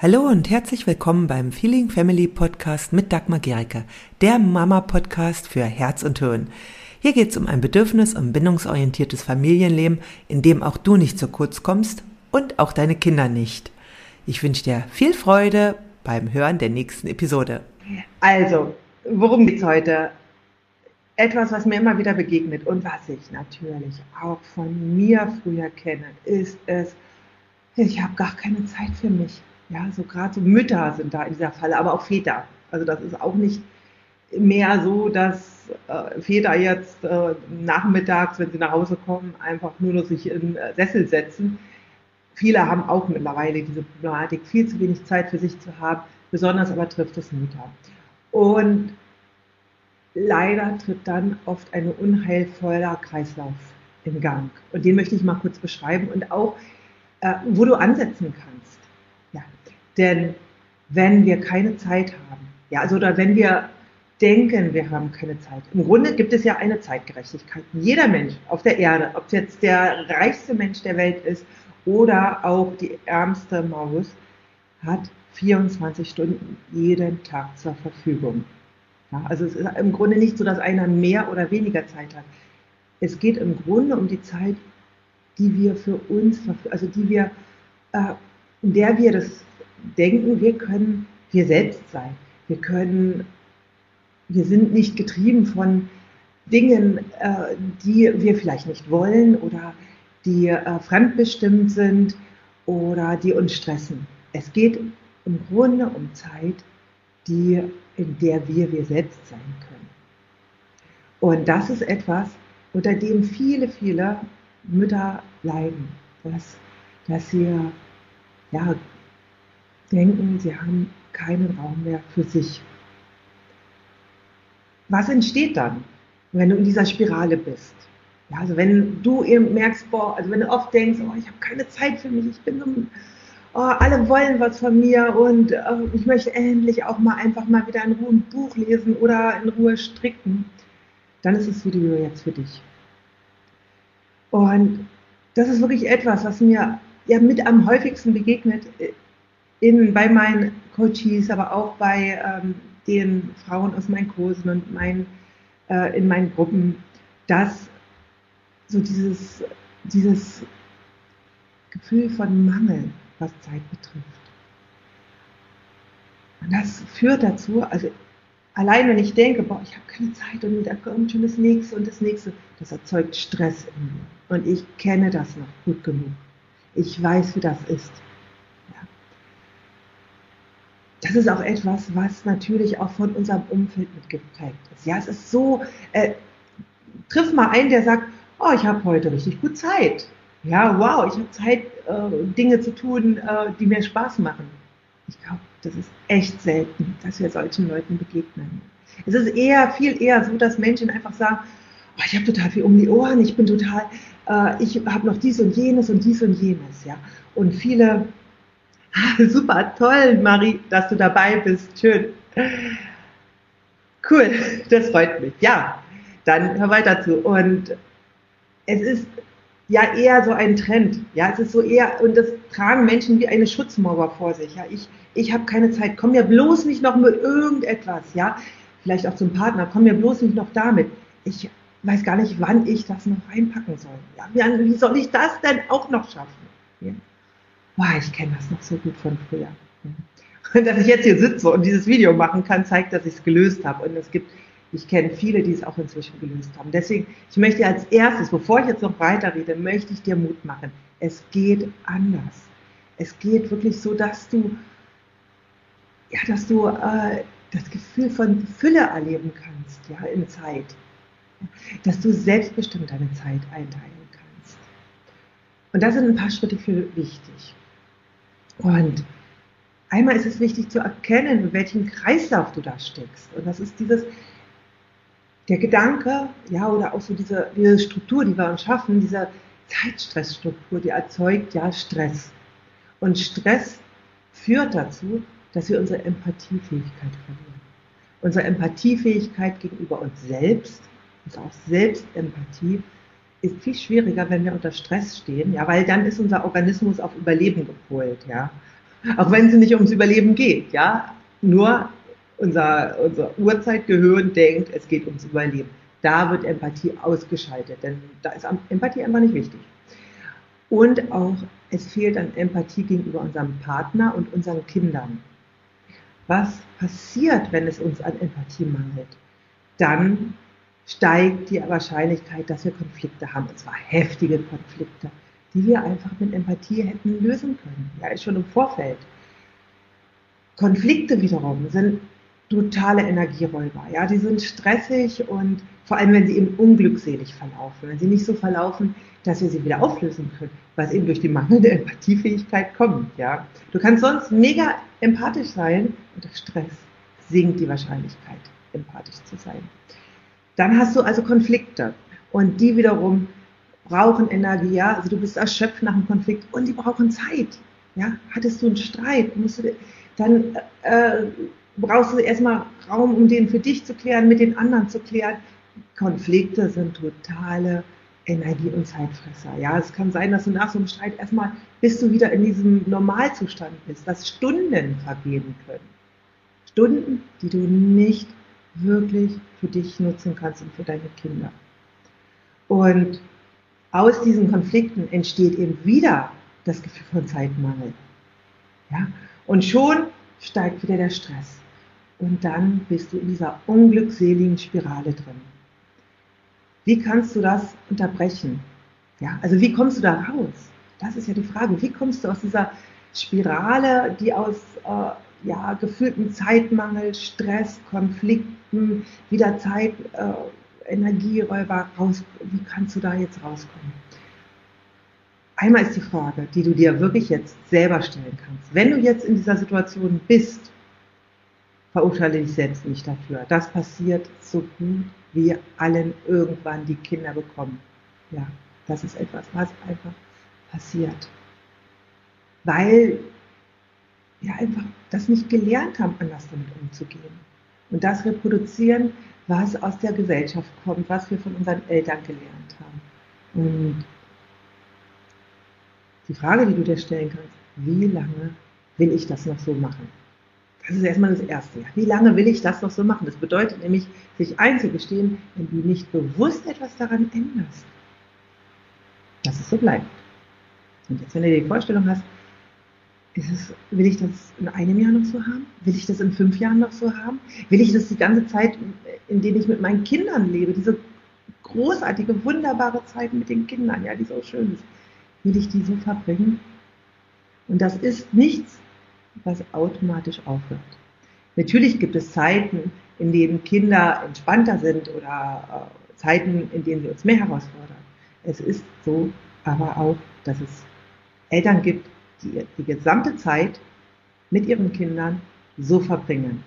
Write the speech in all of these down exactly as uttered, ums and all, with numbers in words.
Hallo und herzlich willkommen beim Feeling Family Podcast mit Dagmar Gericke, der Mama-Podcast für Herz und Hirn. Hier geht es um ein bedürfnis- und bindungsorientiertes Familienleben, in dem auch du nicht zu kurz kommst und auch deine Kinder nicht. Ich wünsche dir viel Freude beim Hören der nächsten Episode. Also, worum geht's heute? Etwas, was mir immer wieder begegnet und was ich natürlich auch von mir früher kenne, ist es, ich habe gar keine Zeit für mich. Ja, so gerade so Mütter sind da in dieser Falle, aber auch Väter. Also das ist auch nicht mehr so, dass äh, Väter jetzt äh, nachmittags, wenn sie nach Hause kommen, einfach nur noch sich in äh, Sessel setzen. Viele haben auch mittlerweile diese Problematik, viel zu wenig Zeit für sich zu haben, besonders aber trifft es Mütter. Und leider tritt dann oft ein unheilvoller Kreislauf in Gang. Und den möchte ich mal kurz beschreiben und auch, äh, wo du ansetzen kannst. Ja. Denn wenn wir keine Zeit haben, ja, also oder wenn wir denken, wir haben keine Zeit, im Grunde gibt es ja eine Zeitgerechtigkeit. Jeder Mensch auf der Erde, ob es jetzt der reichste Mensch der Welt ist oder auch die ärmste Maus, hat vierundzwanzig Stunden jeden Tag zur Verfügung. Ja, also es ist im Grunde nicht so, dass einer mehr oder weniger Zeit hat. Es geht im Grunde um die Zeit, die wir für uns, also die wir, äh, in der wir das denken, wir können wir selbst sein. Wir können, wir sind nicht getrieben von Dingen, äh, die wir vielleicht nicht wollen oder die äh, fremdbestimmt sind oder die uns stressen. Es geht im Grunde um Zeit, die, in der wir wir selbst sein können. Und das ist etwas, unter dem viele, viele Mütter leiden, dass, dass sie ja, denken, sie haben keinen Raum mehr für sich. Was entsteht dann, wenn du in dieser Spirale bist? Ja, also wenn du eben merkst, boah, also wenn du oft denkst, oh, ich habe keine Zeit für mich, ich bin so, oh, alle wollen was von mir und oh, ich möchte endlich auch mal einfach mal wieder in Ruhe ein Buch lesen oder in Ruhe stricken, dann ist das Video jetzt für dich. Und das ist wirklich etwas, was mir ja mit am häufigsten begegnet in, bei meinen Coaches, aber auch bei ähm, den Frauen aus meinen Kursen und mein, äh, in meinen Gruppen, dass so dieses, dieses Gefühl von Mangel, was Zeit betrifft. Und das führt dazu, also allein wenn ich denke, boah, ich habe keine Zeit und da kommt schon das Nächste und das Nächste, das erzeugt Stress in mir. Und ich kenne das noch gut genug. Ich weiß, wie das ist. Ja. Das ist auch etwas, was natürlich auch von unserem Umfeld mitgeprägt ist. Ja, es ist so, äh, triff mal einen, der sagt, oh, ich habe heute richtig gut Zeit. Ja, wow, ich habe Zeit, äh, Dinge zu tun, äh, die mir Spaß machen. Ich glaube, das ist echt selten, dass wir solchen Leuten begegnen. Es ist eher, viel eher so, dass Menschen einfach sagen, oh, ich habe total viel um die Ohren, ich bin total, äh, ich habe noch dies und jenes und dies und jenes. Ja? Und viele, super, toll, Marie, dass du dabei bist, schön. Cool, das freut mich. Ja, dann hör weiter zu. Und es ist ja eher so ein Trend. Ja, es ist so eher, und das tragen Menschen wie eine Schutzmauer vor sich. Ja, ich, ich habe keine Zeit. Komm mir bloß nicht noch mit irgendetwas. Ja, vielleicht auch zum Partner. Komm mir bloß nicht noch damit. Ich weiß gar nicht, wann ich das noch reinpacken soll. Ja, wie, wie soll ich das denn auch noch schaffen? Ja. Boah, ich kenne das noch so gut von früher. Und dass ich jetzt hier sitze und dieses Video machen kann, zeigt, dass ich es gelöst habe. Und es gibt Ich kenne viele, die es auch inzwischen gelöst haben. Deswegen, ich möchte als erstes, bevor ich jetzt noch weiter rede, möchte ich dir Mut machen. Es geht anders. Es geht wirklich so, dass du, ja, dass du äh, das Gefühl von Fülle erleben kannst, ja, in Zeit. Dass du selbstbestimmt deine Zeit einteilen kannst. Und da sind ein paar Schritte für wichtig. Und einmal ist es wichtig zu erkennen, in welchem Kreislauf du da steckst. Und das ist dieses Der Gedanke, ja, oder auch so diese, diese Struktur, die wir uns schaffen, diese Zeitstressstruktur, die erzeugt ja Stress. Und Stress führt dazu, dass wir unsere Empathiefähigkeit verlieren. Unsere Empathiefähigkeit gegenüber uns selbst, also auch Selbstempathie, ist viel schwieriger, wenn wir unter Stress stehen, ja, weil dann ist unser Organismus auf Überleben gepolt, ja. Auch wenn es nicht ums Überleben geht, ja. Nur unser, unser Urzeitgehirn denkt, es geht ums Überleben. Da wird Empathie ausgeschaltet, denn da ist Empathie einfach nicht wichtig. Und auch, es fehlt an Empathie gegenüber unserem Partner und unseren Kindern. Was passiert, wenn es uns an Empathie mangelt? Dann steigt die Wahrscheinlichkeit, dass wir Konflikte haben, und zwar heftige Konflikte, die wir einfach mit Empathie hätten lösen können, ja, schon im Vorfeld. Konflikte wiederum sind totale Energieräuber, ja, die sind stressig und vor allem, wenn sie eben unglückselig verlaufen, wenn sie nicht so verlaufen, dass wir sie wieder auflösen können, was eben durch die mangelnde Empathiefähigkeit kommt, ja. Du kannst sonst mega empathisch sein und durch Stress sinkt die Wahrscheinlichkeit, empathisch zu sein. Dann hast du also Konflikte und die wiederum brauchen Energie, ja, also du bist erschöpft nach einem Konflikt und die brauchen Zeit, ja. Hattest du einen Streit, musst du, dann äh, brauchst du erstmal Raum, um den für dich zu klären, mit den anderen zu klären. Konflikte sind totale Energie- und Zeitfresser, ja. Es kann sein, dass du nach so einem Streit erstmal, bis du wieder in diesem Normalzustand bist, dass Stunden vergehen können. Stunden, die du nicht wirklich für dich nutzen kannst und für deine Kinder. Und aus diesen Konflikten entsteht eben wieder das Gefühl von Zeitmangel. Ja? Und schon steigt wieder der Stress. Und dann bist du in dieser unglückseligen Spirale drin. Wie kannst du das unterbrechen? Ja? Also wie kommst du da raus? Das ist ja die Frage. Wie kommst du aus dieser Spirale, die aus äh, ja, gefühlten Zeitmangel, Stress, Konflikten, wieder Zeit, äh, Energieräuber raus, wie kannst du da jetzt rauskommen? Einmal ist die Frage, die du dir wirklich jetzt selber stellen kannst. Wenn du jetzt in dieser Situation bist, verurteile dich selbst nicht dafür. Das passiert so gut wie allen irgendwann die Kinder bekommen. Ja, das ist etwas, was einfach passiert. Weil wir einfach das nicht gelernt haben, anders damit umzugehen. Und das reproduzieren, was aus der Gesellschaft kommt, was wir von unseren Eltern gelernt haben. Und die Frage, die du dir stellen kannst, wie lange will ich das noch so machen? Das ist erstmal das Erste. Wie lange will ich das noch so machen? Das bedeutet nämlich, sich einzugestehen, wenn du nicht bewusst etwas daran änderst, dass es so bleibt. Und jetzt, wenn du dir die Vorstellung hast, ist es, will ich das in einem Jahr noch so haben? Will ich das in fünf Jahren noch so haben? Will ich das die ganze Zeit, in der ich mit meinen Kindern lebe, diese großartige, wunderbare Zeit mit den Kindern, ja, die so schön ist, will ich die so verbringen? Und das ist nichts, was automatisch aufhört. Natürlich gibt es Zeiten, in denen Kinder entspannter sind oder äh, Zeiten, in denen wir uns mehr herausfordern. Es ist so aber auch, dass es Eltern gibt, die die gesamte Zeit mit ihren Kindern so verbringen.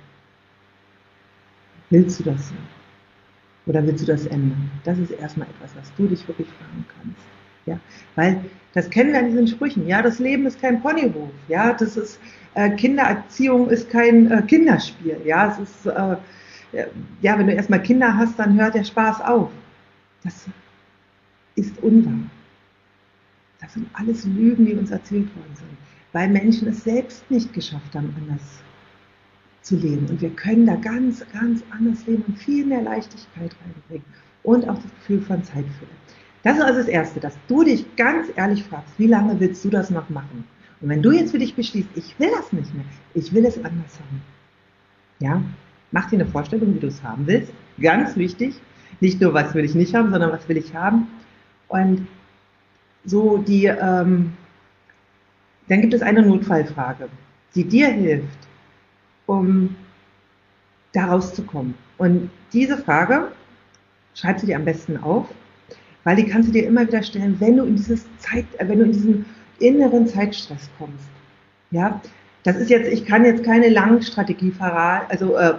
Willst du das so? Oder willst du das ändern? Das ist erstmal etwas, was du dich wirklich fragen kannst. Ja? Weil das kennen wir an diesen Sprüchen. Ja, das Leben ist kein Ponyhof. Ja, das ist äh, Kindererziehung ist kein äh, Kinderspiel. Ja, es ist äh, ja, wenn du erstmal Kinder hast, dann hört der Spaß auf. Das ist unwahr. Das sind alles Lügen, die uns erzählt worden sind, weil Menschen es selbst nicht geschafft haben, anders zu leben. Und wir können da ganz, ganz anders leben und viel mehr Leichtigkeit reinbringen und auch das Gefühl von Zeitfülle. Das ist also das Erste, dass du dich ganz ehrlich fragst, wie lange willst du das noch machen? Und wenn du jetzt für dich beschließt, ich will das nicht mehr, ich will es anders haben, ja, mach dir eine Vorstellung, wie du es haben willst. Ganz wichtig, nicht nur, was will ich nicht haben, sondern was will ich haben. Und so die, ähm, dann gibt es eine Notfallfrage, die dir hilft, um da rauszukommen. Und diese Frage schreibst du dir am besten auf, weil die kannst du dir immer wieder stellen, wenn du in dieses Zeit, äh, wenn du in diesen inneren Zeitstress kommst. Ja, das ist jetzt, ich kann jetzt keine Langstrategie verraten, also äh,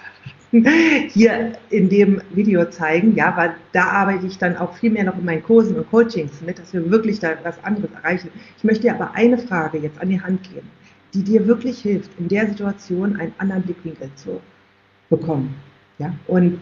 hier in dem Video zeigen, ja, weil da arbeite ich dann auch viel mehr noch in meinen Kursen und Coachings mit, dass wir wirklich da was anderes erreichen. Ich möchte dir aber eine Frage jetzt an die Hand geben, die dir wirklich hilft, in der Situation einen anderen Blickwinkel zu bekommen. Ja? Und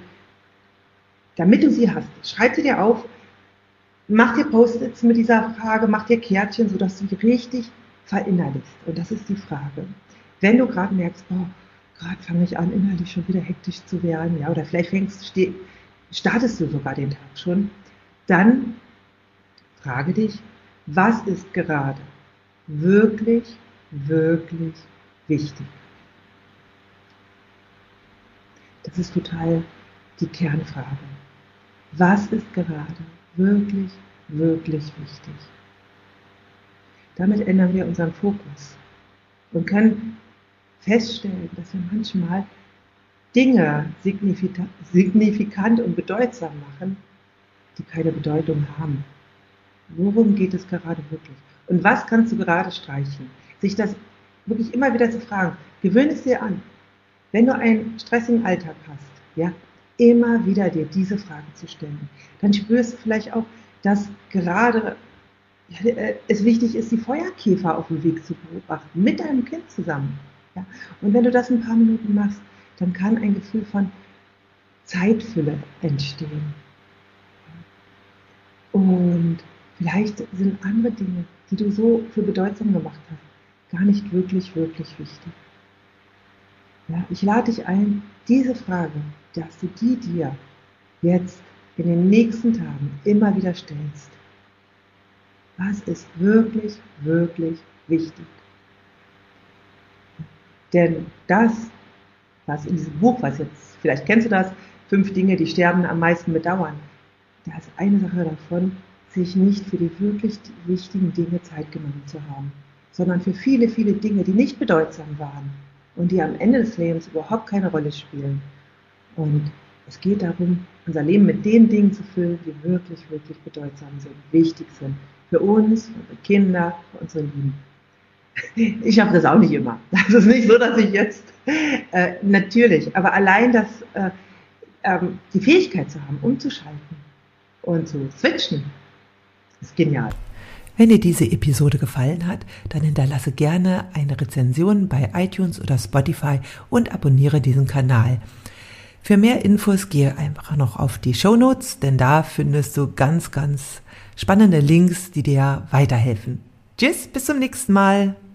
damit du sie hast, schreib sie dir auf, mach dir Post-its mit dieser Frage, mach dir Kärtchen, sodass du die richtig verinnerlichst. Und das ist die Frage. Wenn du gerade merkst, oh, gerade fange ich an, innerlich schon wieder hektisch zu werden, ja, oder vielleicht fängst, ste- startest du sogar den Tag schon, dann frage dich, was ist gerade wirklich, wirklich wichtig? Das ist total die Kernfrage. Was ist gerade wirklich, wirklich wichtig? Damit ändern wir unseren Fokus und können feststellen, dass wir manchmal Dinge signifika- signifikant und bedeutsam machen, die keine Bedeutung haben. Worum geht es gerade wirklich? Und was kannst du gerade streichen? Sich das wirklich immer wieder zu fragen. Gewöhne es dir an. Wenn du einen stressigen Alltag hast, ja, immer wieder dir diese Frage zu stellen, dann spürst du vielleicht auch, dass gerade ja, es wichtig ist, die Feuerkäfer auf dem Weg zu beobachten, mit deinem Kind zusammen. Ja. Und wenn du das ein paar Minuten machst, dann kann ein Gefühl von Zeitfülle entstehen. Und vielleicht sind andere Dinge, die du so für bedeutsam gemacht hast, gar nicht wirklich, wirklich wichtig. Ja, ich lade dich ein, diese Frage, dass du die dir jetzt in den nächsten Tagen immer wieder stellst. Was ist wirklich, wirklich wichtig? Denn das, was in diesem Buch, was jetzt, vielleicht kennst du das, fünf Dinge, die Sterbenden am meisten bedauern, da ist eine Sache davon, sich nicht für die wirklich wichtigen Dinge Zeit genommen zu haben, sondern für viele, viele Dinge, die nicht bedeutsam waren und die am Ende des Lebens überhaupt keine Rolle spielen. Und es geht darum, unser Leben mit den Dingen zu füllen, die wirklich, wirklich bedeutsam sind, wichtig sind. Für uns, für unsere Kinder, für unsere Lieben. Ich schaffe das auch nicht immer. Das ist nicht so, dass ich jetzt, äh, natürlich, aber allein das, äh, ähm, die Fähigkeit zu haben, umzuschalten und zu switchen, ist genial. Wenn dir diese Episode gefallen hat, dann hinterlasse gerne eine Rezension bei iTunes oder Spotify und abonniere diesen Kanal. Für mehr Infos gehe einfach noch auf die Shownotes, denn da findest du ganz, ganz spannende Links, die dir weiterhelfen. Tschüss, bis zum nächsten Mal.